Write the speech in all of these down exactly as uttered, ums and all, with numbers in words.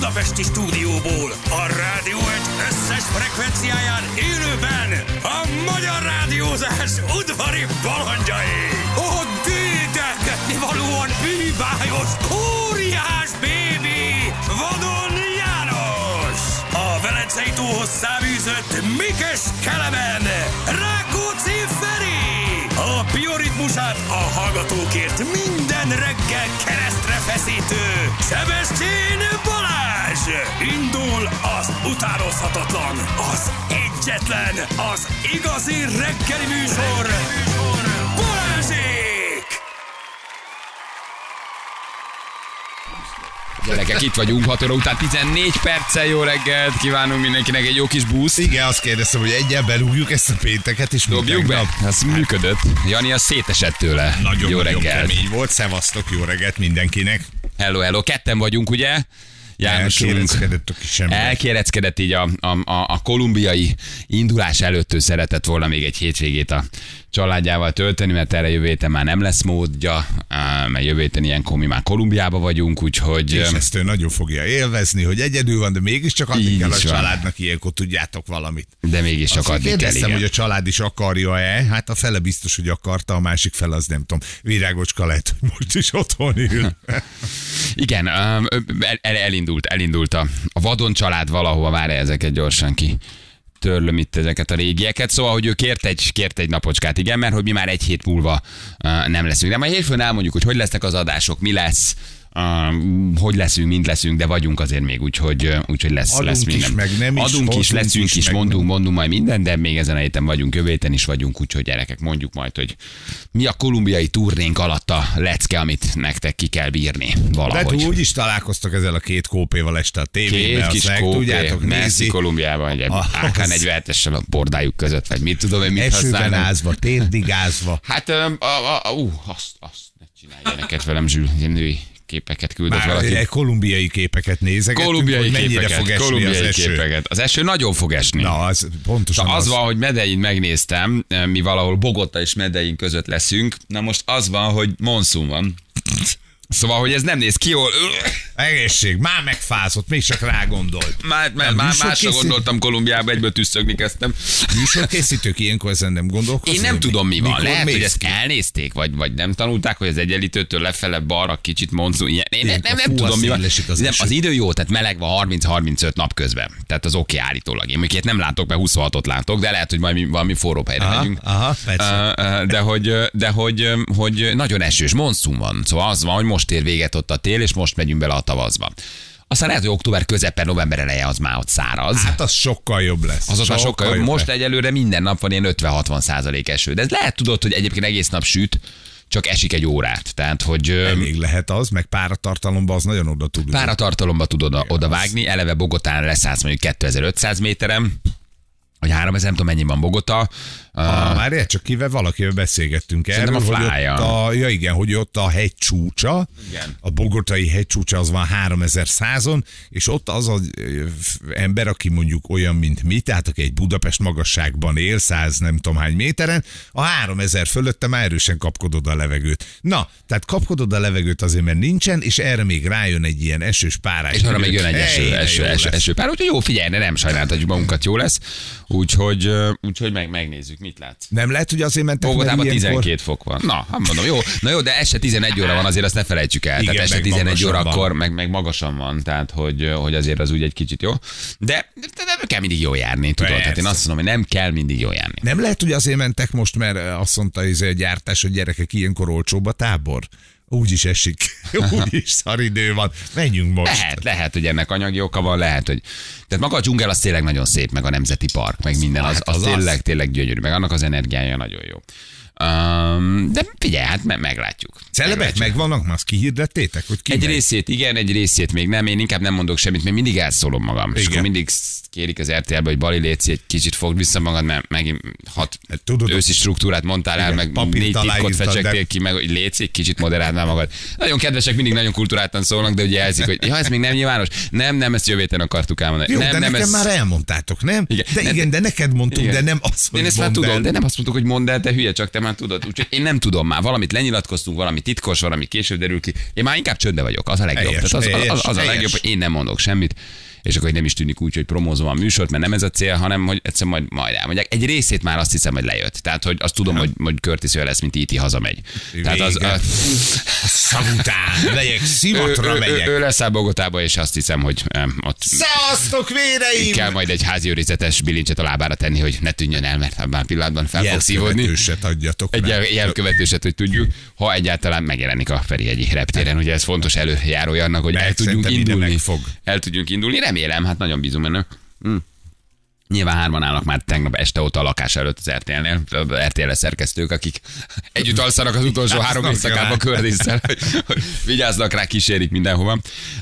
budapesti stúdióból, a Rádió egy összes frekvenciáján élőben a magyar rádiózás udvari balandjai. A dédelgetni valóan bűbájos, óriás bébi, Vadon János. A Velencei tóhoz száműzött Mikes Kelemen, Rákóczi Feri. A bioritmusát a hallgatókért minden reggel keresztre feszítő Sebestyén Balázs. Indul az utánozhatatlan, az egyetlen, az igazi reggeli műsor, Balázsék! Gyerekek, itt vagyunk, hat óra után tizennégy perccel. Jó reggelt, kívánunk mindenkinek egy jó kis boost. Igen, azt kérdeztem, hogy egyen berúgjuk ezt a pénteket, és dobjuk be. Ez működött. Jani, az szétesett tőle. Nagyon, jó nagyon reggelt. kemény volt. Szevasztok, jó reggelt mindenkinek. Hello, hello. Ketten vagyunk, ugye? Elkéreckedett a kis ember. Elkéreckedett így a, a, a, a kolumbiai indulás előtt, ő szeretett volna még egy hétvégét a családjával tölteni, mert erre jövő héten már nem lesz módja, mert jövő héten ilyenkor mi már Kolumbiába vagyunk, úgyhogy... És ezt ő nagyon fogja élvezni, hogy egyedül van, de mégiscsak adni kell a családnak, ilyenkor tudjátok valamit. De mégiscsak adni kell, kérdeztem, igen. hogy a család is akarja-e, hát a fele biztos, hogy akarta, a másik fele az nem tudom. Virágocska lehet, hogy most is otthon ül. Igen, el, el, elindult, elindult a, a Vadon család valahova, várja ezeket gyorsan ki. Törlöm itt ezeket a régieket, szóval, hogy ő kért egy, kért egy napocskát, igen, mert hogy mi már egy hét múlva uh, nem leszünk. De majd hétfőn elmondjuk, hogy hogy lesznek az adások, mi lesz, uh, hogy leszünk, mind leszünk, de vagyunk azért még, úgyhogy, úgyhogy lesz, adunk lesz minden. Is, meg nem Adunk is, is, leszünk is, is mondunk, nem. mondunk majd minden, de még ezen a héten vagyunk, jövő héten is vagyunk, úgyhogy gyerekek, mondjuk majd, hogy mi a kolumbiai turnénk alatt a lecke, amit nektek ki kell bírni valahogy. De úgy is találkoztak ezzel a két kópéval este a tévében. Két kis kópé, tudjátok, Messi Kolumbiában, egy á ká negyvenhetessel a bordájuk között, vagy mit tudom én, mit esőben használnak. ázva, térdigázva. Hát, a, a, a, ú, azt, azt ne csinálj ilyeneket velem, Zsül, ilyen női képeket küldött Már valaki. kolumbiai képeket nézegettünk, Kolumbiai hogy mennyire képeket, fog esni kolumbiai az eső. képeket. Az eső nagyon fog esni. Na, az pontosan az, az. az van, hogy Medellin megnéztem, mi valahol Bogota és Medellin között leszünk. Na most az van, hogy monszun van. Szóval, hogy ez nem néz ki jól. Egészség, már megfázott, még csak rá gondolt. Már, már, már másra gondoltam, Kolumbiába, egyből tüsszögni kezdtem. Műsorkészítők ilyenkor ezen nem gondolkoznak? Én nem tudom, mi van. Mikor Lehet, hogy ezt ki? elnézték, vagy, vagy nem tanulták, hogy az egyenlítőtől lefele balra kicsit monszun. Ilyen. Én nem, nem, nem Fú, tudom, mi van. Az, nem, az idő jó, tehát meleg van harminc-harmincöt nap közben. Tehát az oké állítólag. Én mondjuk nem látok, mert huszonhatot látok, de lehet, hogy majd valami forróbb helyre aha, megyünk. Aha, persze. De, hogy, de hogy, hogy nagyon esős, monszun van. Szóval az van, hogy most ér véget ott a tél, és most megyünk bele a tavaszba. Aztán lehet, hogy október közepe, november eleje az már ott száraz. Hát az sokkal jobb lesz. Az ott már sokkal jobb. jobb. Most lesz. Egyelőre minden nap van ilyen ötven-hatvan százalék eső. De ez lehet tudod, hogy egyébként egész nap süt, csak esik egy órát. Tehát, hogy... Elég lehet az, meg páratartalomba az nagyon oda tud. Páratartalomba tud oda, oda vágni. Eleve Bogotán leszállsz mondjuk kétezer-ötszáz méteren, vagy háromezer, nem tudom mennyi van Bogota. Ah, uh, már egy csak kivel valakivel beszélgettünk erről, a hogy ott a, ja igen, hogy ott a hegy csúcsa, igen. A bogotai hegy csúcsa az van háromezer-százon, és ott az az ember, aki mondjuk olyan, mint mi, tehát aki egy Budapest magasságban él, száz nem tudom hány méteren, a háromezer fölötte már erősen kapkodod a levegőt. Na, tehát kapkodod a levegőt azért, mert nincsen, és erre még rájön egy ilyen esős párás. És arra még jön egy eső, eső, eső, eső pár, úgyhogy jó, figyelj, nem sajnáltatjuk magunkat, jó lesz. Úgyhogy, úgyhogy meg, megnézzük, mit látsz. Nem lehet, hogy azért mentek, Bogotában ilyenkor... tizenkét fok van. Na, hát mondom, jó. Na jó, de este tizenegy óra van, azért azt ne felejtsük el. Igen, tehát este tizenegy óra van. akkor meg, meg magasan van, tehát hogy, hogy azért az úgy egy kicsit jó. De, de nem kell mindig jól járni, tudod? Persze. Tehát én azt mondom, hogy nem kell mindig jól járni. Nem lehet, hogy azért mentek most, mert azt mondta ez a gyártás, hogy gyerekek, ilyenkor olcsóbb a tábor. Úgy is esik. Úgy is szaridő van. Menjünk most. Lehet, lehet, hogy ennek anyagi oka van, lehet, hogy... Tehát maga a dzsungel az tényleg nagyon szép, meg a Nemzeti Park, meg minden, az, az, az tényleg, az. tényleg gyönyörű, meg annak az energiája nagyon jó. Um, de figyelj, hát me- meglátjuk. Celebek megvannak, már azt kihirdettétek, hogy ki Egy megy? részét igen, egy részét még nem, én inkább nem mondok semmit, mert mindig elszólom magam. Igen. És akkor mindig kérik az er té el-be, hogy Bali, léci, egy kicsit fogd vissza magad, mert megint hat Tudod, őszi struktúrát mondtál igen, el, meg négy titkot fecsegtél de... ki, meg hogy léci, egy kicsit moderáld már magad. Nagyon kedvesek, mindig nagyon kulturáltan szólnak, de ugye jelzik, hogy ja, ez még nem nyilvános. Nem, nem, ezt jövő héten akartuk elmondani. Jó, nem, de nem, nekem ez... már elmondtátok, nem? Igen, de nem, igen, de neked mondtuk, igen. de nem azt, hogy én ezt már tudom, de nem azt mondtuk, hogy mondd el, te hülye, csak te már tudod. Úgyhogy én nem tudom már, valamit lenyilatkoztunk, valami titkos, valami később derül ki. Én már inkább csöndbe vagyok, az a legjobb. Helyes, Tehát az, az, az, az a helyes. legjobb, hogy én nem mondok semmit, és akkor nem is tűnik úgy, hogy promózom a műsort, mert nem ez a cél, hanem hogy egyszerűen majd, majd elmondják. Egy részét már azt hiszem, hogy lejött. Tehát, hogy azt tudom, hogy, hogy Curtis olyan lesz, mint í té hazamegy. Tehát az, a, Szavután, megyek, szivatra ő, ő, megyek. ő, ő lesz a Bogotába, és azt hiszem, hogy um, ott Szasztok véreim! kell majd egy házi őrizetes bilincset a lábára tenni, hogy ne tűnjön el, mert abban a pillanatban fel fog szívódni. Jelkövetőset adjatok Egy rá. jel- jelkövetőset, hogy tudjuk, ha egyáltalán megjelenik a Ferihegyi reptéren, ugye ez fontos előjárója annak, hogy Meg el tudjunk szerintem ide indulni. megfog. El tudjunk indulni, remélem, hát nagyon bízom benne. Hm. Nyilván hárman állnak már tegnap este óta a lakás előtt az er té el-nél, az er té el szerkesztők, akik együtt alszanak az utolsó három éjszakában Kördisszel, hogy, hogy vigyáznak rá, kísérik mindenhova.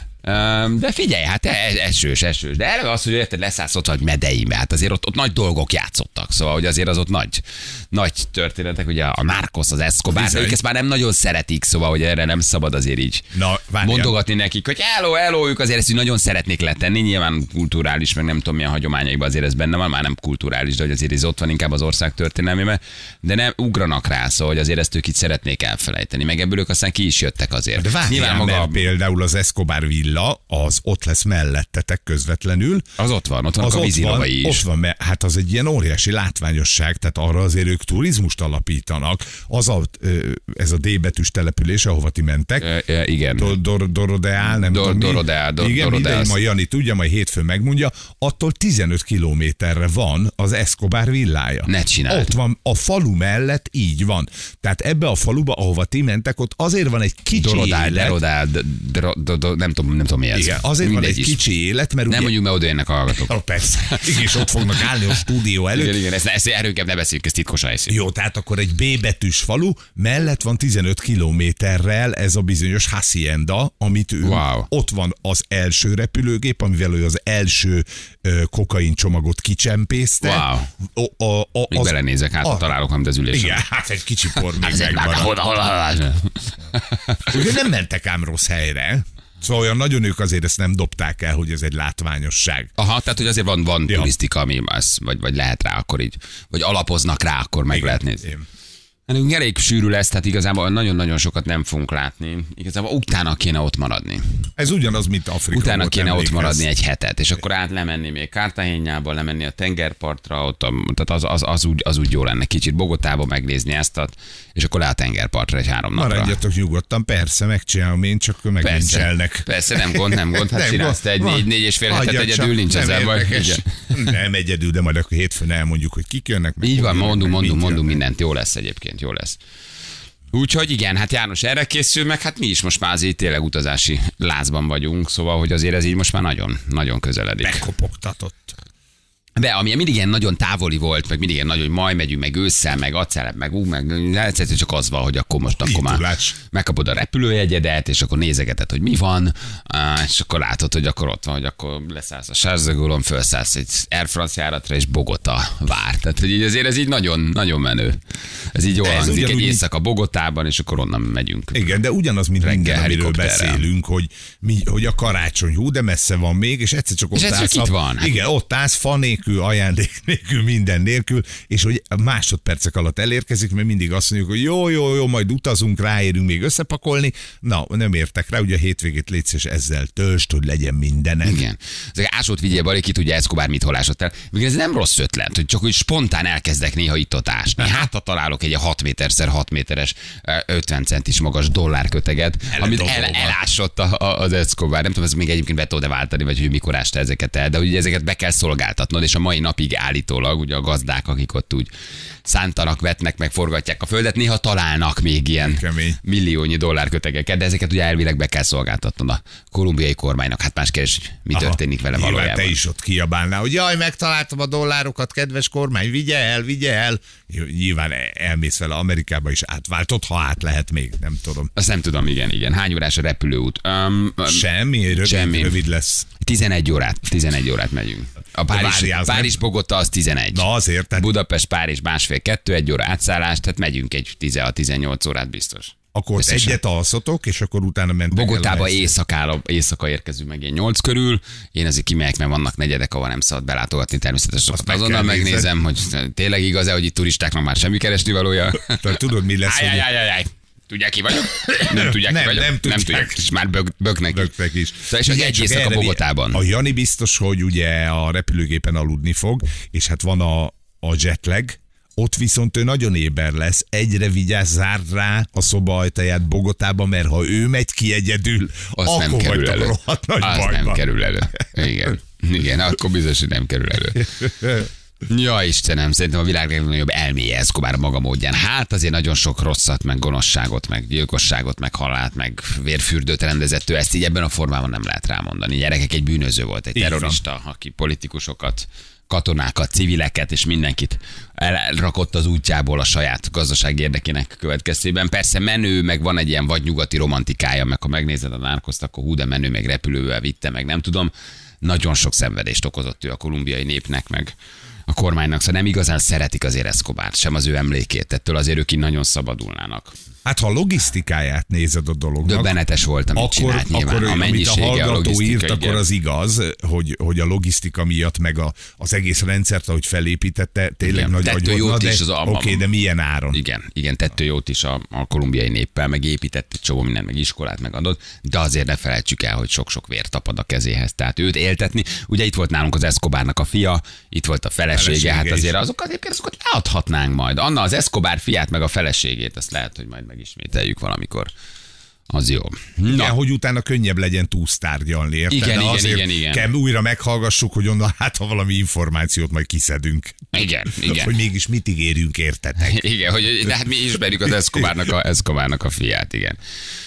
Üm, De figyelj, hát e- esős, esős. De eleve az, hogy érted, leszállsz ott vagy Medeimbe, hát azért ott, ott nagy dolgok játszottak, szóval hogy azért az ott nagy, nagy történetek, ugye a Narcos, az Escobar, Bizony. ők ezt már nem nagyon szeretik, szóval hogy erre nem szabad azért így Na, várjál. mondogatni nekik, hogy hello, hello, ők azért ezt úgy nagyon szeretnék letenni, nyilván kulturális, meg nem tudom milyen hagyományaikban azért ez benne van, már nem kulturális, de hogy azért ez ott van inkább az ország történelmében, de nem ugranak rá, szóval hogy azért ezt ők itt szeretnék elfelejteni, meg ebből ők aztán ki is jöttek azért. De várjál, nyilván maga... maga mert például az Escobar villa, az ott lesz mellettetek közvetlenül. az ott van, ott van Az a ott van, vízilovai is. ott van, mert hát az egy ilyen óriási látványosság, tehát arra azért ők turizmust alapítanak. Az a, ö, ez a D betűs település, ahova ti mentek. Ö, ö, igen. Dor, dor, Dorodeál, nem Dor- tudom mi. Dorodeál, Dor- Igen, Dorodeál. mindegy, majd Jani tudja, majd hétfőn megmondja. Attól tizenöt kilométerre van az Escobar villája. Ne csináld. Ott van, a falu mellett így van. Tehát ebbe a faluba, ahova ti mentek, ott azért van egy kicsi Dorodál, élet. Derodál, d- dro- do- do- nem tudom, nem tudom mi ez. Igen, azért van Mindegy egy is. kicsi élet, mert Nem ugye... mondjuk, mert oda jönnek a hallgatók. Oh, persze. És ott fognak állni a stúdió előtt. Igen, igen, ezt, ezt erről inkább ne beszéljük, ez titkos a helyszín. Jó, tehát akkor egy B betűs falu, mellett van tizenöt kilométerrel ez a bizonyos hacienda, amit ő, Wow. ott van az első repülőgép, amivel ő az első ö, kokain csomagot kicsempészte. Wow. O, a, a, Még az, belenézek, hát a- találok, amit az ülésen. Igen, hát egy kicsi por még Hol, megmaradt. hol, hol, hol, Ugye nem mentek ám rossz helyre. Szóval olyan nagyon ők azért ezt nem dobták el, hogy ez egy látványosság. Aha, tehát hogy azért van, van Ja. turisztika, ami az, vagy, vagy lehet rá akkor így, vagy alapoznak rá, akkor meg lehet nézni. Igen. Nekünk elég sűrű lesz, tehát igazából nagyon-nagyon sokat nem fogunk látni. Igazából utána kéne ott maradni. Ez ugyanaz, mint Afrika Utána volt, kéne ott emlékezz. maradni egy hetet, és akkor át lemenni még Cartagenába, lemenni a tengerpartra, ott a, tehát az, az, az, úgy, az úgy jó lenne kicsit Bogotába megnézni ezt, a, és akkor le a tengerpartra egy három napra. Maradjatok nyugodtan, persze, megcsinálom én, csak megnincselnek. Persze, nem gond, nem gond. Hát Nem csinálsz te egy gond. négy, négy és fél hetet Hagyjad egyedül, csak, nincs nem ezzel baj. érdekes. Igen. Nem egyedül, de majd akkor hétfőn elmondjuk, hogy kik jönnek. meg Így hol van, jönnek, mondunk, meg mondunk, mit mondunk jönnek. mindent. Jó lesz egyébként, jó lesz. Úgyhogy igen, hát János erre készül, meg hát mi is most már azért tényleg utazási lázban vagyunk, szóval, hogy azért ez így most már nagyon, nagyon közeledik. Megkopogtatott. De ami mindig ilyen nagyon távoli volt, meg mindig ilyen nagyon, hogy majd megyünk, meg ősszel, meg accelebb, meg ú, meg egyszerűen csak az van, hogy akkor most akkor már Indulás. megkapod a repülőjegyedet, és akkor nézegeted, hogy mi van, á, és akkor látod, hogy akkor ott van, hogy akkor leszállsz a Charles de Gaulle-on, felszállsz egy Air France járatra, és Bogota vár. Tehát, hogy így azért ez így nagyon, nagyon menő. Ez így jól Ez hangzik, egy ugyanúgy- éjszaka Bogotában, és akkor onnan megyünk. Igen, de ugyanaz, mint Reggel minden, amiről helikopterrel. beszélünk, hogy, mi, hogy a karácsony, hú, de messze van még, és egyszer csak ott És egyszer állsz. csak itt a- van. Igen, ott állsz, fa nélkül, ajándék nélkül, minden nélkül, és hogy másodpercek alatt elérkezik, mert mindig azt mondjuk, hogy jó, jó, jó, majd utazunk, ráérünk még összepakolni. Na, nem értek rá, ugye a hétvégét létsz, és ezzel töltsd, hogy legyen mindened. Igen. Ezek ásót vigyél balé, ki tudja Escobar mit hol ásott el. Még ez nem rossz ötlet, hogy csak úgy spontán elkezdek néha itt ott ásni. Hát ha találok egy hat méterszer hat méteres, ötven centis magas dollárköteget, amit el, Eledobóval. elásott a, a, az Escobar. Nem tudom, ez még egyébként be tudod váltani, vagy hogy mikor ásta ezeket el, de ugye ezeket be kell szolgáltatnod, és a mai napig állítólag ugye a gazdák, akik ott úgy szántanak, vetnek, meg forgatják a földet, néha találnak még ilyen Kemény. milliónyi dollárkötegeket, de ezeket ugye elvileg be kell szolgáltatnod a kolumbiai kormánynak. Hát más kérdés, mi Aha. történik vele Nyilván valójában. te is ott kiabálnál, hogy jaj, megtaláltam a dollárokat, kedves kormány, vigye el, vigye el. Nyilván elmész vele Amerikába is átváltod, ha át lehet még, nem tudom. Azt nem tudom, igen, igen. Hány órás a repülőút? Um, Semmi, rövid, Semmi. rövid lesz. tizenegy órát, tizenegy órát megyünk. A Párizs, várjál, az Párizs nem- Bogota az tizenegy. Na azért, tehát Budapest, Párizs másfél, kettő, egy óra átszállás, tehát megyünk egy tizenhat-tizennyolc órát biztos. akkor Összesen. egyet alszotok, és akkor utána mentek Bogotába el a éjszakára, éjszaka érkezünk meg ilyen nyolc körül. Én azért kimegyek, mert vannak negyedek, ahol nem szabad belátogatni. Természetesen Azt azt meg azonnal kell megnézem, hogy tényleg igaz-e, hogy itt turistáknak már semmi keresni valója. Tehát tudod, mi lesz? Áj, hogy- áj, áj, áj. Tudják, ki vagyok? Nem tudják, Nem, ki vagyok? nem tudják. tudják. És már bög, böknek. Böknek is. Szóval és hogy Igen, egy csak éjszaka erre- Bogotában. A Jani biztos, hogy ugye a repülőgépen aludni fog, és hát van a, a jetlag, ott viszont ő nagyon éber lesz, egyre vigyázz, zárd rá a szoba ajtaját Bogotában, mert ha ő megy ki egyedül, Azt akkor nem kerül vagytok elő. rohadt nagy Az bajban. nem kerül elő. Igen. Igen, akkor biztos, hogy nem kerül elő. Ja, Istenem, szerintem a világ legnagyobb elméje Escobar a maga módján. Hát azért nagyon sok rosszat, meg gonoszságot, meg gyilkosságot, meg halált, meg vérfürdőt rendezett. Ő ezt így ebben a formában nem lehet rámondani. Gyerekek, egy bűnöző volt, egy Így terrorista, aki politikusokat, katonákat, civileket és mindenkit elrakott az útjából a saját gazdasági érdekének következtében. Persze menő, meg van egy ilyen vadnyugati romantikája, meg ha megnézed a Narcoszt, akkor hú, de menő, meg repülővel vitte, meg nem tudom. Nagyon sok szenvedést okozott ő a kolumbiai népnek, meg a kormánynak, szóval nem igazán szeretik azért Escobart, sem az ő emlékét, ettől azért ők így nagyon szabadulnának. Hát ha a logisztikáját nézed a dolognak, Döbbenetes volt, amit akkor, csinált nyilván. akkor A amit a mennyisége, a hallgató logisztika, írt, igen. akkor az igaz, hogy, hogy a logisztika miatt, meg a, az egész rendszert, ahogy felépítette, tényleg Igen, nagy tettő agy volt, jót na, is de az a- oké, okay, de milyen áron? Igen, igen, tettő jót is a, a kolumbiai néppel, meg épített egy csomó mindent, meg iskolát megadott, de azért ne felejtsük el, hogy sok-sok vér tapad a kezéhez. Tehát őt éltetni. Ugye itt volt nálunk az Escobarnak a fia, itt volt a felesége, Felesége hát is. azért azokat, egyébként azokat leadhatnánk majd. Anna az Escobar fiát, meg a feleségét, azt lehet, hogy majd megismételjük valamikor. Az jó. Na. Igen, hogy utána könnyebb legyen túlsztárgyalni, érted? Igen, De igen, azért igen, igen. kell újra meghallgassuk, hogy onnan hát, ha valami információt majd kiszedünk. Igen, igen. Hogy mégis mit ígérünk, értetek? Igen, hogy de hát mi ismerjük az Escobarnak a, Escobarnak a fiát, igen.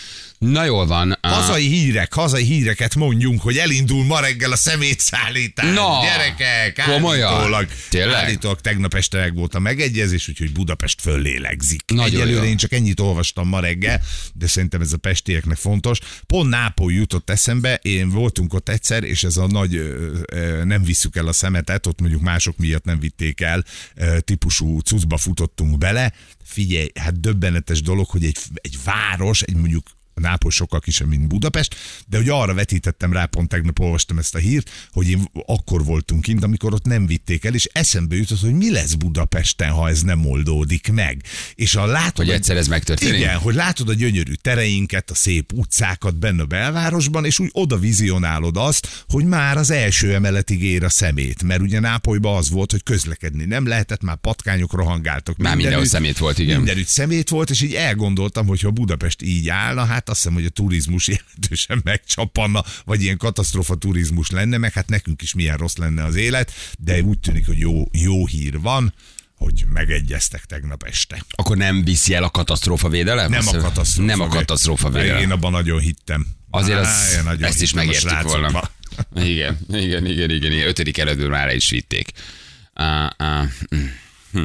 Na jól van. a- Hazai hírek, hazai híreket mondjunk, hogy elindul ma reggel a szemétszállítás. Na, Gyerekek, komolyan? állítólag, Tényleg? állítólag tegnap este meg volt a megegyezés, úgyhogy Budapest föllélegzik. Nagyon Egyelőre jó. én csak ennyit olvastam ma reggel, de szerintem ez a pestieknek fontos. Pont Nápoly jutott eszembe, én voltunk ott egyszer, és ez a nagy ö, ö, nem visszük el a szemetet, ott mondjuk mások miatt nem vitték el, ö, típusú cuccba futottunk bele. Figyelj, hát döbbenetes dolog, hogy egy, egy város, egy mondjuk Nápoly sokkal kisebb, mint Budapest, de hogy arra vetítettem rá, pont tegnap olvastam ezt a hírt, hogy én akkor voltunk kint, amikor ott nem vitték el, és eszembe jutott, hogy mi lesz Budapesten, ha ez nem oldódik meg. És a látod, Hogy egyszer ez megtörténik? Igen, hogy látod a gyönyörű tereinket, a szép utcákat benne a belvárosban, és úgy oda vizionálod azt, hogy már az első emeletig ér a szemét. Mert ugye Nápolyban az volt, hogy közlekedni nem lehetett, már patkányok rohangáltak. Már mindenhol szemét volt, igen. Mindenütt szemét volt, és így elgondoltam, hogy ha Budapest így állna, hát azt hiszem, hogy a turizmus jelentősen megcsapanna, vagy ilyen katasztrófa turizmus lenne, meg hát nekünk is milyen rossz lenne az élet, de úgy tűnik, hogy jó, jó hír van, hogy megegyeztek tegnap este. Akkor nem viszi el a katasztrófa védelem? Nem a katasztrófa. Nem a katasztrófa védelem. Én abban nagyon hittem. Azért az, Á, én nagyon ezt is hittem a megértük srácokba. volna. Igen, igen, igen, igen, igen. Ötödik előadból már le is vitték. Uh, uh, hm.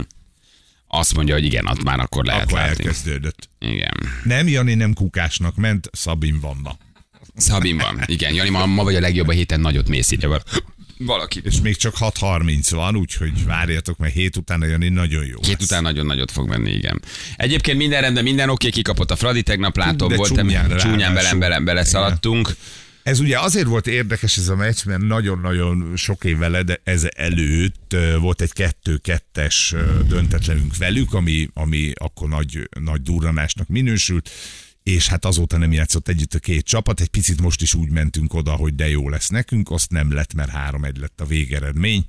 Azt mondja, hogy igen, ott már akkor lehet Akkor látni. elkezdődött. Igen. Nem, Jani nem kukásnak ment, Szabin van ma. Szabin van. Igen, Jani, ma, ma vagy a legjobb a héten, nagyot mész ide valaki. És még csak hat harminc van, úgyhogy várjatok, mert hét után a Jani nagyon jó Két lesz. után nagyon nagyot fog menni, igen. Egyébként minden rendben, minden oké, kikapott a Fradi, tegnap látom, De voltam, csúnyán csúnyán belem, ráadásul. belem beleszaladtunk. Ez ugye azért volt érdekes ez a meccs, mert nagyon-nagyon sok évvel ede- ez előtt ö, volt egy kettő-kettes ö, döntetlenünk velük, ami, ami akkor nagy, nagy durranásnak minősült, és hát azóta nem játszott együtt a két csapat, egy picit most is úgy mentünk oda, hogy de jó lesz nekünk, azt nem lett, mert három egy lett a végeredmény.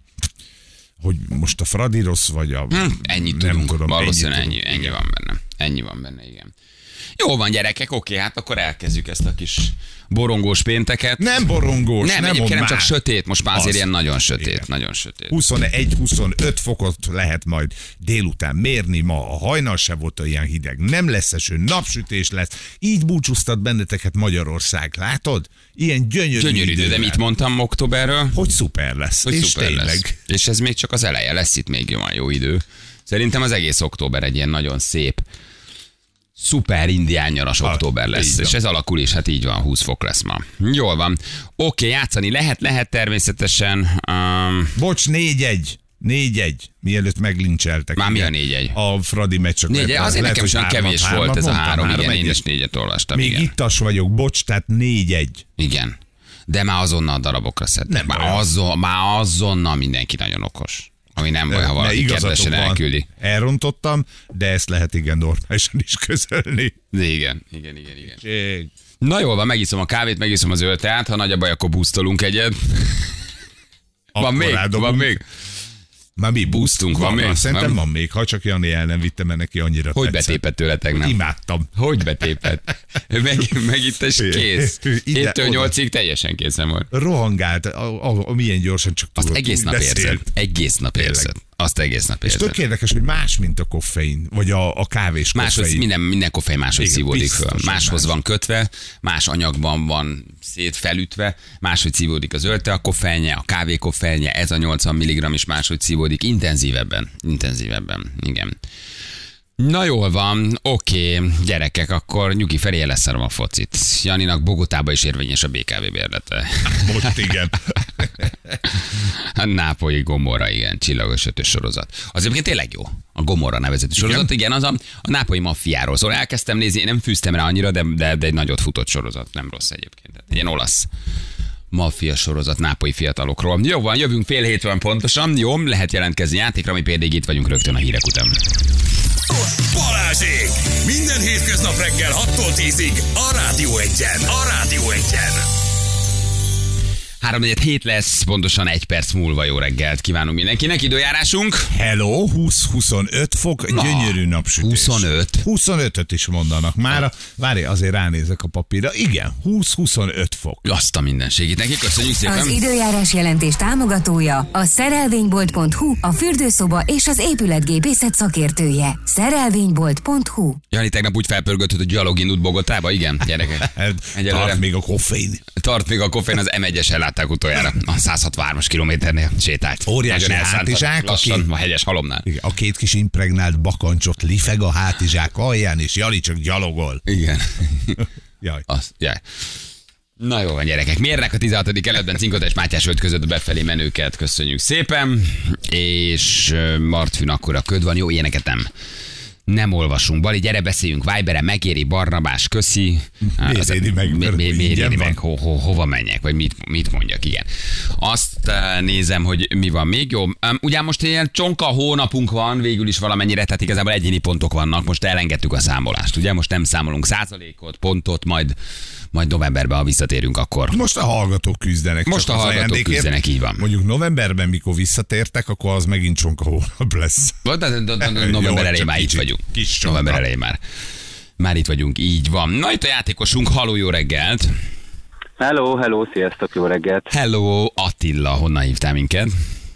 Hogy most a Fradi rossz, vagy a... Hm, ennyit nem tudunk, tudom, valószínűleg ennyit ennyi, tudunk, ennyi igen. van benne. Ennyi van benne, igen. Jó van, gyerekek, oké, hát akkor elkezdjük ezt a kis borongós pénteket. Nem borongós, nem, nem egyébként mondd nem csak már. sötét, most már azért Az. ilyen nagyon sötét, Igen. nagyon sötét. huszonegy-huszonöt fokot lehet majd délután mérni, ma a hajnal se volt olyan hideg, nem lesz eső, napsütés lesz, így búcsúztat benneteket Magyarország, látod? Ilyen gyönyörű, Gyönyörű idő, de idővel. mit mondtam októberről? Hogy szuper lesz, Hogy és szuper tényleg. lesz. És ez még csak az eleje, lesz itt még jó, jó idő. Szerintem az egész október egy ilyen nagyon szép, szuper indián nyaras Ah, október lesz. így van. És ez alakul is, hát így van, húsz fok lesz ma. Jól van. Oké, játszani lehet, lehet természetesen. Um, Bocs, négy egy. négy egy, mielőtt meglincseltek. Már mi a négy egy? A Fradi meccsök. négy egy, azért nekem sem kevés hármat, volt ez a három, igen, én is négyet olvastam. Még igen. ittas vagyok, bocs, tehát négy egy. Igen. De már azonnal darabokra szedtek. Már, azon, már azonnal mindenki nagyon okos. Ami nem baj, ha valaki kedvesen elküldi. Elrontottam, de ezt lehet igen normálisan is közölni. Igen, igen, igen, igen. Na jól van, megiszom a kávét, megiszom az zöld teát, ha nagy a baj, akkor busztolunk egyet. Van még, van még. Már mi busztunk, van, van még? Szerintem van még, ha csak Jani el nem vitte, mert neki annyira Hogy tetszett. betépett tőle tegnap? Imádtam. Hogy betépett? Meg, megint és kész. héttől nyolcig teljesen készen volt. Rohangált, a, a, a, milyen gyorsan csak tudott. Azt egész nap érzed. Egész nap érzed. Azt egész nap érzed. És tök érdekes, hogy más, mint a koffein, vagy a, a kávés máshoz, koffein. Minden, minden koffein máshogy igen, szívódik föl. Máshoz más. van kötve, más anyagban van szétfelütve, máshogy szívódik az ölte a koffeinje, a kávé koffeinje, ez a nyolcvan milligramm is máshogy szívódik, intenzívebben. Intenzívebben, igen. Na jól van, oké, gyerekek, akkor nyugi felé leszarom a focit. Janinak Bogotába is érvényes a bé ká vé bérlete. Most igen. A Nápolyi Gomorra, igen, csillagos ötös sorozat. Az egyébként tényleg jó. A Gomorra nevezetű sorozat, igen, az a, a nápolyi maffiáról szól. Elkezdtem nézni, én nem fűztem rá annyira, de, de, de egy nagyot futott sorozat, nem rossz egyébként. Egy ilyen olasz maffia sorozat nápolyi fiatalokról. Jó van, jövünk fél hét van pontosan, jó, lehet jelentkezni játékra, mi pedig itt vagyunk rögtön a hírek után. Balázsék! Minden hétköznap reggel hattól tízig a Rádió Egyen. A Rádió Egyen. három negyven hét lesz, pontosan egy perc múlva. Jó reggelt kívánunk mindenkinek. Időjárásunk. Hello, húsz-huszonöt fok, Na, gyönyörű napsütés. huszonöt. huszonötöt is mondanak. Már várj, azért ránézek a papírra. Igen, húsz-huszonöt fok. Azt a mindenségét neki, köszönjük szépen. Az időjárás jelentés támogatója a szerelvénybolt pont hu, a fürdőszoba és az épületgépészet szakértője. szerelvénybolt pont hu. Jani tegnap úgy felpörgött, hogy gyalog indult Bogotába, igen, gyerekek. Tart még a koffein. Tart még a koffein, az em egyesen látták utoljára. A száz hatvanhármas kilométernél sétált. Óriási hátizsák. Lassan, a hegyes halomnál. A két kis impregnált bakancsot lifeg a hátizsák alján, és Jani csak gyalogol. Igen. Jaj. Az, jaj. Na jó van, gyerekek. Mérnek a tizenhatodik kerületben Cinkota és Mátyás öt között a befelé menőket. Köszönjük szépen. És Martfűn akkora köd van. Jó, ilyeneket nem. Nem olvasunk. Bali, gyere, beszéljünk Viberen, megéri, Barnabás, köszi. Miért éri meg? Miért éri meg? Ho, ho, hova menjek? Vagy mit, mit mondjak? Igen. Azt nézem, hogy mi van még. Jó, ugye most ilyen csonka hónapunk van, végül is valamennyire, tehát igazából egyéni pontok vannak. Most elengedtük a számolást, ugye? Most nem számolunk százalékot, pontot, majd majd novemberben, ha visszatérünk, akkor. Most a hallgatók küzdenek. Most a hallgatók küzdenek, így van. Mondjuk novemberben, mikor visszatértek, akkor az megint csonka hónap lesz. November elején már itt vagyunk. November elején már. Már itt vagyunk, így van. Na itt a játékosunk, haló, jó reggelt! Hello, hello, sziasztok, jó reggelt! Hello, Attila, honnan hívtál minket?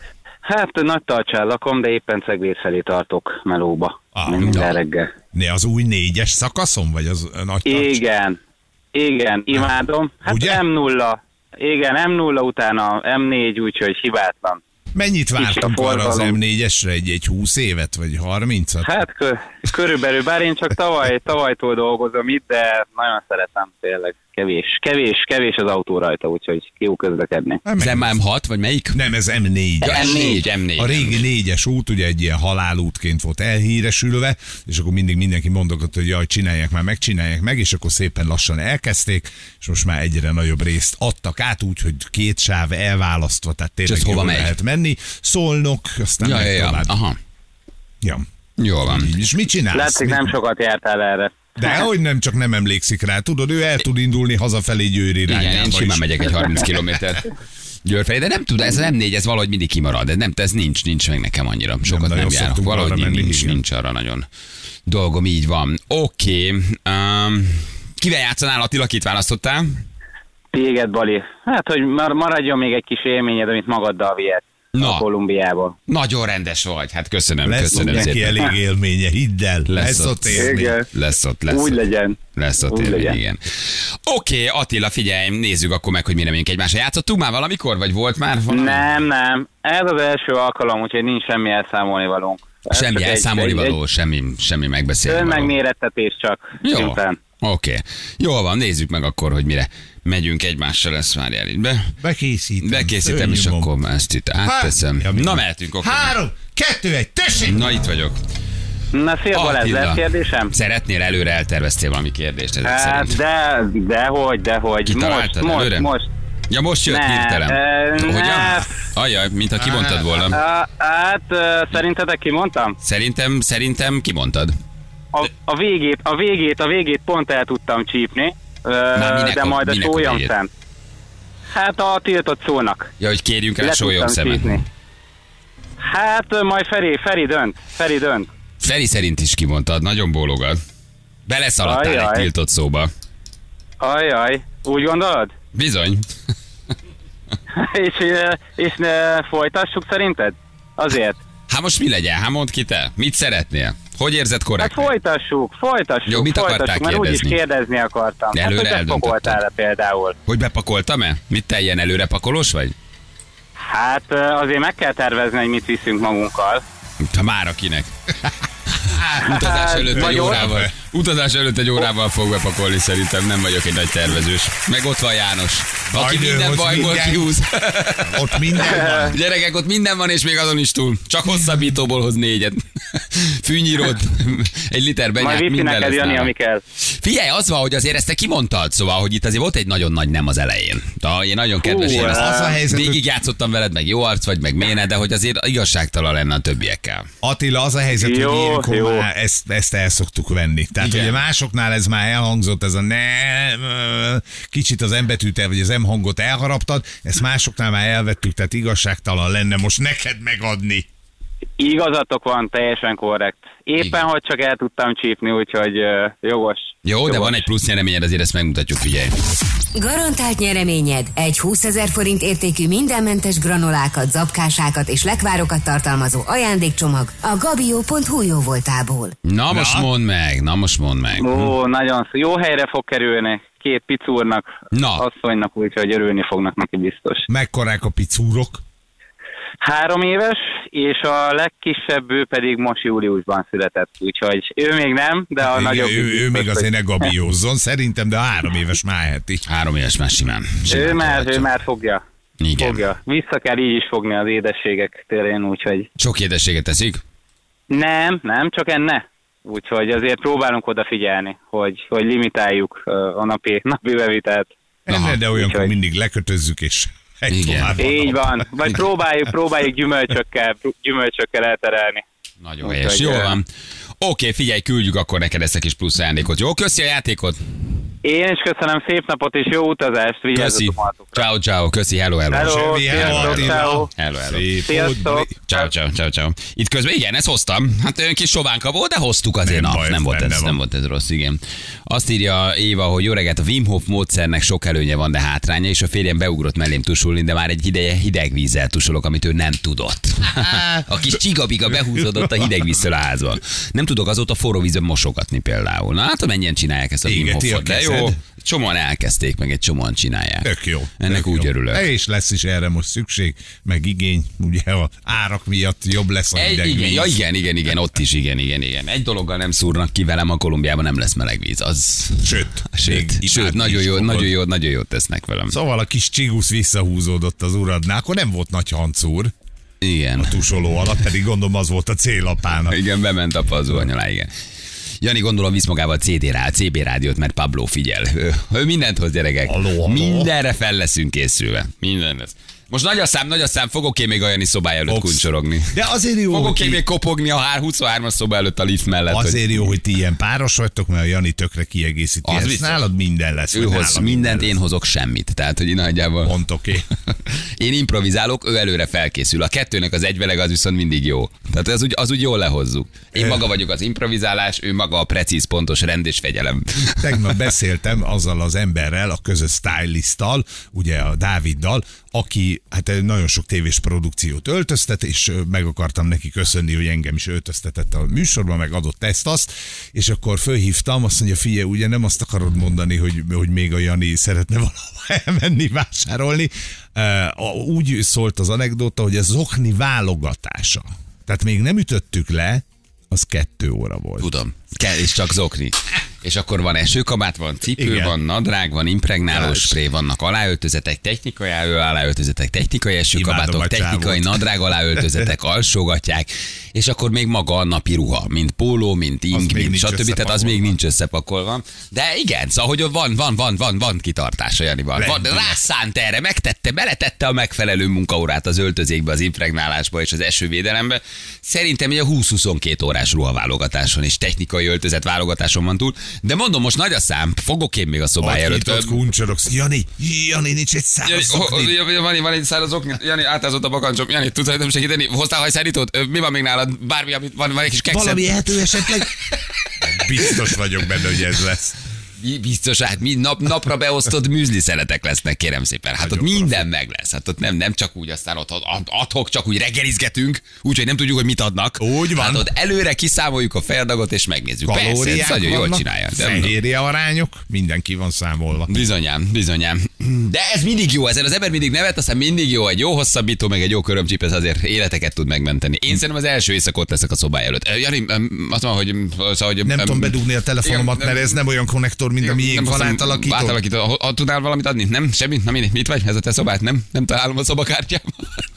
Hát nagy Tartsán lakom, de éppen Cegléd felé tartok melóba. Ah, minden reggel. Ne, az új négyes szakaszon, vagy az nagy Tarts? Igen, igen, imádom. Hát ugye? em nulla, igen, em nulla utána em négy, úgyhogy hibátlan. Mennyit vártunk arra az em négyesre? Egy, egy húsz évet, vagy harmincat? Hát kö, körülbelül, bár én csak tavaly, tavalytól dolgozom itt, de nagyon szeretem tényleg. Kevés, kevés, kevés az autó rajta, úgyhogy jó közlekedni. Ez em hat, vagy melyik? Nem, ez em négy. Ja, em négy, em négy. A régi négyes út ugye egy ilyen halálútként volt elhíresülve, és akkor mindig mindenki mondogat, hogy jaj, csinálják már meg, csinálják meg, és akkor szépen lassan elkezdték, és most már egyre nagyobb részt adtak át, úgyhogy két sáv elválasztva, tehát tényleg jól lehet menni. Szolnok, aztán ja, meg ja, tovább. Aha. Ja. Jó van. És mit csinálsz? Látszik, nem sokat jártál erre. De hogy nem, csak nem emlékszik rá. Tudod, ő el tud indulni hazafelé Győr irányába. Igen, én simán megyek egy harminc kilométert Győr felé, de nem tud, ez az em négy, ez valahogy mindig kimarad. De nem, ez nincs, nincs meg nekem annyira. Sokat nem, nem járok. Valahogy nincs, menni, nincs, nincs arra nagyon dolgom, így van. Oké. Okay. Um, kivel játszanál, Attila, kit választottál? Téged, Bali. Hát, hogy maradjon még egy kis élményed, amit magaddal vihet. Na, a Kolumbiába. Nagyon rendes vagy, hát köszönöm, lesz köszönöm szépen. Lesz elég élménye, hidd el. Lesz, lesz ott élmény. Lesz ott, lesz Úgy ott. legyen. Lesz ott Úgy élmény, legyen. igen. Oké, okay, Attila, figyelj, nézzük akkor meg, hogy mi reményünk egymásra. Játszottunk már valamikor, vagy volt már valami? Nem, nem. Ez az első alkalom, úgyhogy nincs semmi elszámolni valónk. Ez semmi elszámolni való, semmi, semmi megbeszélni való. Önmegmérettetés csak. Jó. Szimplán. Oké. Okay. Jól van, nézzük meg akkor, hogy mire megyünk egymással, ezt várjál itt be. Bekészítem. Bekészítem, és akkor már ezt itt átteszem. Ja, Na, mehetünk. Okay. Három, kettő, egy, tessék! Na, itt vagyok. Na, szia, Balázs, lesz kérdésem? Szeretnél előre elterveztél valami kérdést ezek Hát, szerint? de, dehogy, dehogy. Kitaláltad most, előre? most, most. Ja, most jött Ne, hirtelen. e, Hogyan? ne. Ajaj, mintha kimondtad volna. Á, Hát, ö, szerintetek kimondtam? Szerintem, szerintem kimondtad. A, a végét, a végét, a végét pont el tudtam csípni, ö, Már minek de a- majd a minek a sólyom végét? szem. Hát a tiltott szónak. Ja, hogy kérjünk rá Le sólyom tudtam szemet. csípni. Hát ö, majd Feri, Feri dönt, Feri dönt. Feri szerint is kimondtad, nagyon bólogat. Beleszaladtál Ajaj. egy tiltott szóba. Ajaj, úgy gondolod? Bizony. és ö, és ö, folytassuk szerinted? Azért. Hát most mi legyen? Hát mondd ki te. Mit szeretnél? Hogy érzed Hát korrekt? folytassuk, folytassuk, Jó, mit akartál folytassuk, mert úgyis kérdezni? kérdezni akartam. Előre hát, hogy eldöntötted. bepakoltál-e például? Hogy bepakoltam-e? Mit te ilyen előre pakolós vagy? Hát ö, azért meg kell tervezni, hogy mit viszünk magunkkal. Ha már akinek. Utazás előtt egy vagy ott- órával. Utazás előtt egy órával fog bepakolni, szerintem nem vagyok egy nagy tervezős. Meg ott van János, aki Majd ő minden hoz bajból minden. kihúz. Ott minden van. Gyerekek, ott minden van, és még azon is túl. Csak hosszabbítóból hoz négyet. Fűnyírót, egy liter benyát, Majd viszi minden neked, lesz Jani, nála. ami kell. Figyelj, az van, hogy azért ezt te kimondtad, szóval, hogy itt azért volt egy nagyon nagy nem az elején. Da, én nagyon kedves, én az ezt a helyzet, hogy- végig játszottam veled, meg jó arc vagy, meg méne, de hogy azért igazságtalan lenne a többiekkel. Attila, az a helyzet, Jó, hogy ilyenkor jó. már ezt, ezt el szoktuk venni. Tehát Igen. ugye másoknál ez már elhangzott, ez a nem, ö, kicsit az M-betűt el, vagy az M hangot elharaptad, ezt másoknál már elvettük, tehát igazságtalan lenne most neked megadni. Igazatok van, teljesen korrekt. Éppen, Igen. hogy csak el tudtam csípni, úgyhogy ö, jogos. Jó, jogos. de van egy plusz nyereményed, azért ezt megmutatjuk, figyelj. Garantált nyereményed egy húszezer forint értékű mindenmentes granulákat, zapkásákat és lekvárokat tartalmazó ajándékcsomag a gabio pont hu jó voltából. Na most Na. mondd meg, na most mondd meg. Ó, nagyon szó. Jó helyre fog kerülni. Két picúrnak, Na. asszonynak, úgyhogy örülni fognak neki biztos. Mekkorák a picúrok? Három éves, és a legkisebb ő pedig most júliusban született, úgyhogy ő még nem, de a Igen, nagyobb... ő, ő biztos, még hogy- azért ne gabiózzon, szerintem, de a három éves már eheti. Három éves már simán. simán Ő már, tolatja. ő már fogja. Igen. Fogja. Vissza kell így is fogni az édességek terén, úgyhogy Sok édességet teszik? nem, nem, csak enne. Úgyhogy azért próbálunk odafigyelni, hogy, hogy limitáljuk ö, a napi, napi bevitelt. Enne, de olyankor úgyhogy- mindig lekötözzük, és egy Igen. tovább Így van. van. Vagy próbáljuk, próbáljuk gyümölcsökkel, gyümölcsökkel elterelni. Nagyon Úgyhogy, helyes. Jó ö, van. Oké, figyelj, küldjük akkor neked ezt a kis plusz ajándékot. Jó, köszi a játékot. Én is köszönöm, szép napot és jó utazást, Köszi. vigyázzatok magatokra. Ciao, ciao. Köszi, hello, hello. Hello, Semmi, hello, sziasztok, Attila. ciao. Hello, hello. Szép, Sziasztok. hogy- Ciao, ciao, ciao, ciao. Itt közben igen, ezt hoztam. Hát olyan kis sovánka volt, de hoztuk azért. Nem Na, baj, nem ez volt benne ez, van. nem volt ez rossz, igen. Azt írja Éva, hogy jó reggelt, a Wim Hof módszernek sok előnye van, de hátránya, és a férjem beugrott mellém tusolni, de már egy ideje hideg vízzel tusolok, amit ő nem tudott. A kis csigabiga behúzódott a hideg vízzel a házba. Nem tudok azóta forró vízben mosogatni például. Na, hát mennyien csinálják ezt a Wim Égeti a Hofot, de jó. kezed. Csomóan elkezdték, meg egy csomóan csinálják. Tök jó. Ennek tök úgy jó. örülök. És lesz is erre most szükség, meg igény, ugye a árak miatt jobb lesz a Egy, hideg igen, víz. ja, igen, igen, igen, ott is, igen, igen, igen. Egy dologgal nem szúrnak ki velem, a Kolumbiában nem lesz meleg víz. Az... Sőt, Sőt, még sőt imádni nagyon is jó, fogod. nagyon jó, nagyon jót tesznek velem. Szóval a kis csigusz visszahúzódott az uradnál, akkor nem volt nagy hancúr Igen. a tusoló alatt, pedig gondolom az volt a célapának. Igen, bement a pazó alá, igen. Jani gondolom visz magával cé dé rá, cé bé rádiót, mert Pablo figyel. Ő, ő mindent hoz, gyerekek. Halló, halló. Mindenre fel leszünk készülve. Minden lesz. Most nagy a szám, nagy a szám, fogok én még a Jani szobája előtt Fogsz. kuncsorogni. De azért jó, Fogok hogy én ti, még kopogni a huszonhármas szoba előtt a lift mellett. hogy azért jó, hogy ti ilyen páros vagytok, mert a Jani tökre kiegészíti. Az Ezt biztos. nálad minden lesz. ő vagy hoz nálam mindent, minden én hozok semmit. Tehát, hogy én nagyjából... lesz. Pont oké. Én improvizálok, ő előre felkészül. A kettőnek az egyveleg az viszont mindig jó. Tehát az úgy, az úgy jól lehozzuk. Én maga vagyok az improvizálás, ő maga a precíz, pontos rend és fegyelem. Tegnap beszéltem azzal az emberrel, a közös stylisttal, ugye a Dáviddal, aki hát nagyon sok tévés produkciót öltöztet, és meg akartam neki köszönni, hogy engem is öltöztetett a műsorban, meg adott ezt-azt, és akkor fölhívtam, azt mondja, figyelj, ugye nem azt akarod mondani, hogy, hogy még a Jani szeretne valahol elmenni vásárolni. Uh, úgy szólt az anekdóta, hogy a zokni válogatása. Tehát még nem ütöttük le, az kettő óra volt. Tudom. Kell, és csak zokni. és akkor van esőkabát, van cipő, Igen. van nadrág, van impregnálós Ja, spré, vannak aláöltözetek, technikai aláöltözetek, technikai esőkabátok, Imádom a technikai csávót. nadrág aláöltözetek, alsógatják, és akkor még maga a napi ruha, mint póló, mint ing, még mint nincs stb. Tehát az összepakolva. még nincs összepakolva. De igen, szóval, hogy van, van, van, van, van kitartása, Janival. Van, Lendület. rászánt erre, megtette, beletette a megfelelő munkaórát az öltözékbe, az impregnálásba és az esővédelembe. Szerintem egy a húsz-huszonkettő órás ruhaválogatáson és technikai öltözet válogatáson van túl. De mondom, most nagy a szám, fogok én még a szobája előtt. Ott kuncsorogsz. Jani, Jani, nincs egy Jani, száraz ho- okni. ho- van, van egy száraz okni. Jani, átázott a bakancsom. Jani, tudsz nekem segíteni? Hoztál hajszárítót? Ö, Mi van még nálad? Bármi, amit van, van egy kis kekszed? Valami ehető esetleg? Biztos vagyok benne, hogy ez lesz. Biztos, hát mi nap, napra beosztott műzli szeletek lesznek, kérem szépen. Hát ott Nagyon minden meg lesz. Hát ott nem, nem csak úgy, aztán ott ad- adhok, csak úgy reggelizgetünk, úgyhogy nem tudjuk, hogy mit adnak. Úgy van. Hát ott előre kiszámoljuk a fejadagot, és megnézzük. Persze, Kalóriák ez nagyon jól vannak, csinálja. De- fehérje arányok, mindenki van számolva. Bizonyám, bizonyám. De ez mindig jó, ezen az ember mindig nevet, aztán mindig jó, egy jó hosszabbító, meg egy jó körömcsíp, ez azért életeket tud megmenteni. Én szerintem az első éjszakot leszek a szobája előtt. Ö, Jani, öm, azt mondom, hogy... Szóval, hogy Nem öm, tudom bedugni a telefonomat, igen, mert ez nem olyan konnektor, mint a miénk nem van hoztam átalakító. átalakító. Ha- ha Tudnál valamit adni? Nem? Semmit? Na mindegy, mit vagy? Ez a te szobád? Nem? Nem találom a szobakártyám.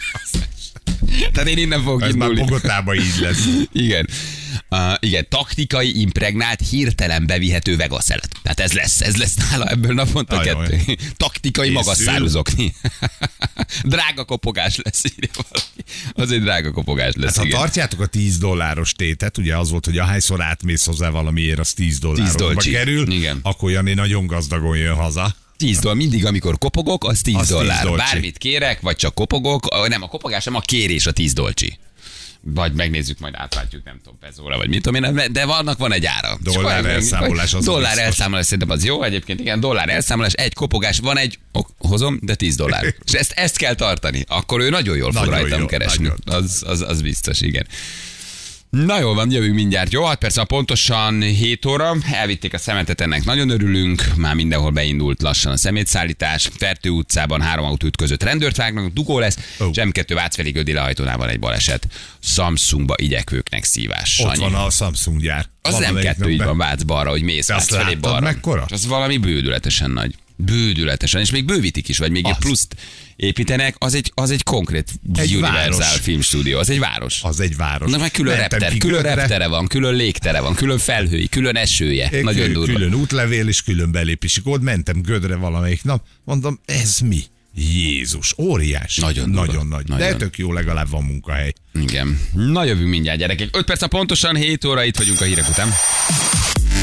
Tehát én innen fogok Ez már indulni. Bogotában így lesz. Igen. Uh, igen, taktikai, impregnált, hirtelen bevihető vegaszelet. Tehát ez lesz, ez lesz nála ebből naponta Ajaj. kettő. Taktikai Készül. magasszárú zokni. Drága kopogás lesz, írja valaki. Az egy drága kopogás lesz, Hát ha igen. tartjátok a tíz dolláros tétet, ugye az volt, hogy ahányszor átmész hozzá valamiért, az tíz dollárba dolcsi. kerül, Igen. akkor Jani nagyon gazdagon jön haza. tíz dollár, mindig amikor kopogok, az tíz Az tíz dollár. dolcsi. Bármit kérek, vagy csak kopogok, nem a kopogás, nem a kérés a tíz dolcsi. Vagy megnézzük, majd átváltjuk, nem tudom, pezóra, vagy mit tudom én, de vannak, van egy ára. Dollár És akkor- elszámolás, az Dollár biztos. elszámolás, szerintem az jó egyébként, igen, dollár elszámolás, egy kopogás, van egy, ok, hozom, de tíz dollár. És ezt, ezt kell tartani. Akkor ő nagyon jól fog Nagyon rajtam jó, keresni. nagyon. Az, az, az biztos, igen. Na jól van, jövünk mindjárt. Jó, hát persze pontosan hét óra, elvitték a szemetet, ennek nagyon örülünk, már mindenhol beindult lassan a szemétszállítás, Fertő utcában három autó ütközött, rendőrt vágnak, dugó lesz, Ó. és em kettő Vác felé Gödi lehajtónál van egy baleset. Samsungba igyekvőknek szívás. Ott Sanyi. van a Samsung gyár. Az nem kettő, így van Vác balra, hogy mész Te Vác azt felé láttad balra. mekkora? Az valami bődületesen nagy. Bődületesen, és még bővítik is, vagy még egy Az. pluszt építenek, az egy, az egy konkrét Egy Universal város. filmstúdió, az egy város. Az egy város. Na, meg külön Mentem repter, ki külön Gödre, reptere van, külön légtere van, külön felhői, külön esője. kül- Nagyon durva. Külön útlevél és külön belépési kód. Mentem Gödre valamelyik nap, mondom, ez mi? Jézus, óriás. Nagyon durva. Nagyon nagy. Nagyon. De tök jó, legalább van munkahely. Igen. Na jövünk mindjárt, gyerekek. öt perc pontosan hét óra, itt vagyunk a hírek után.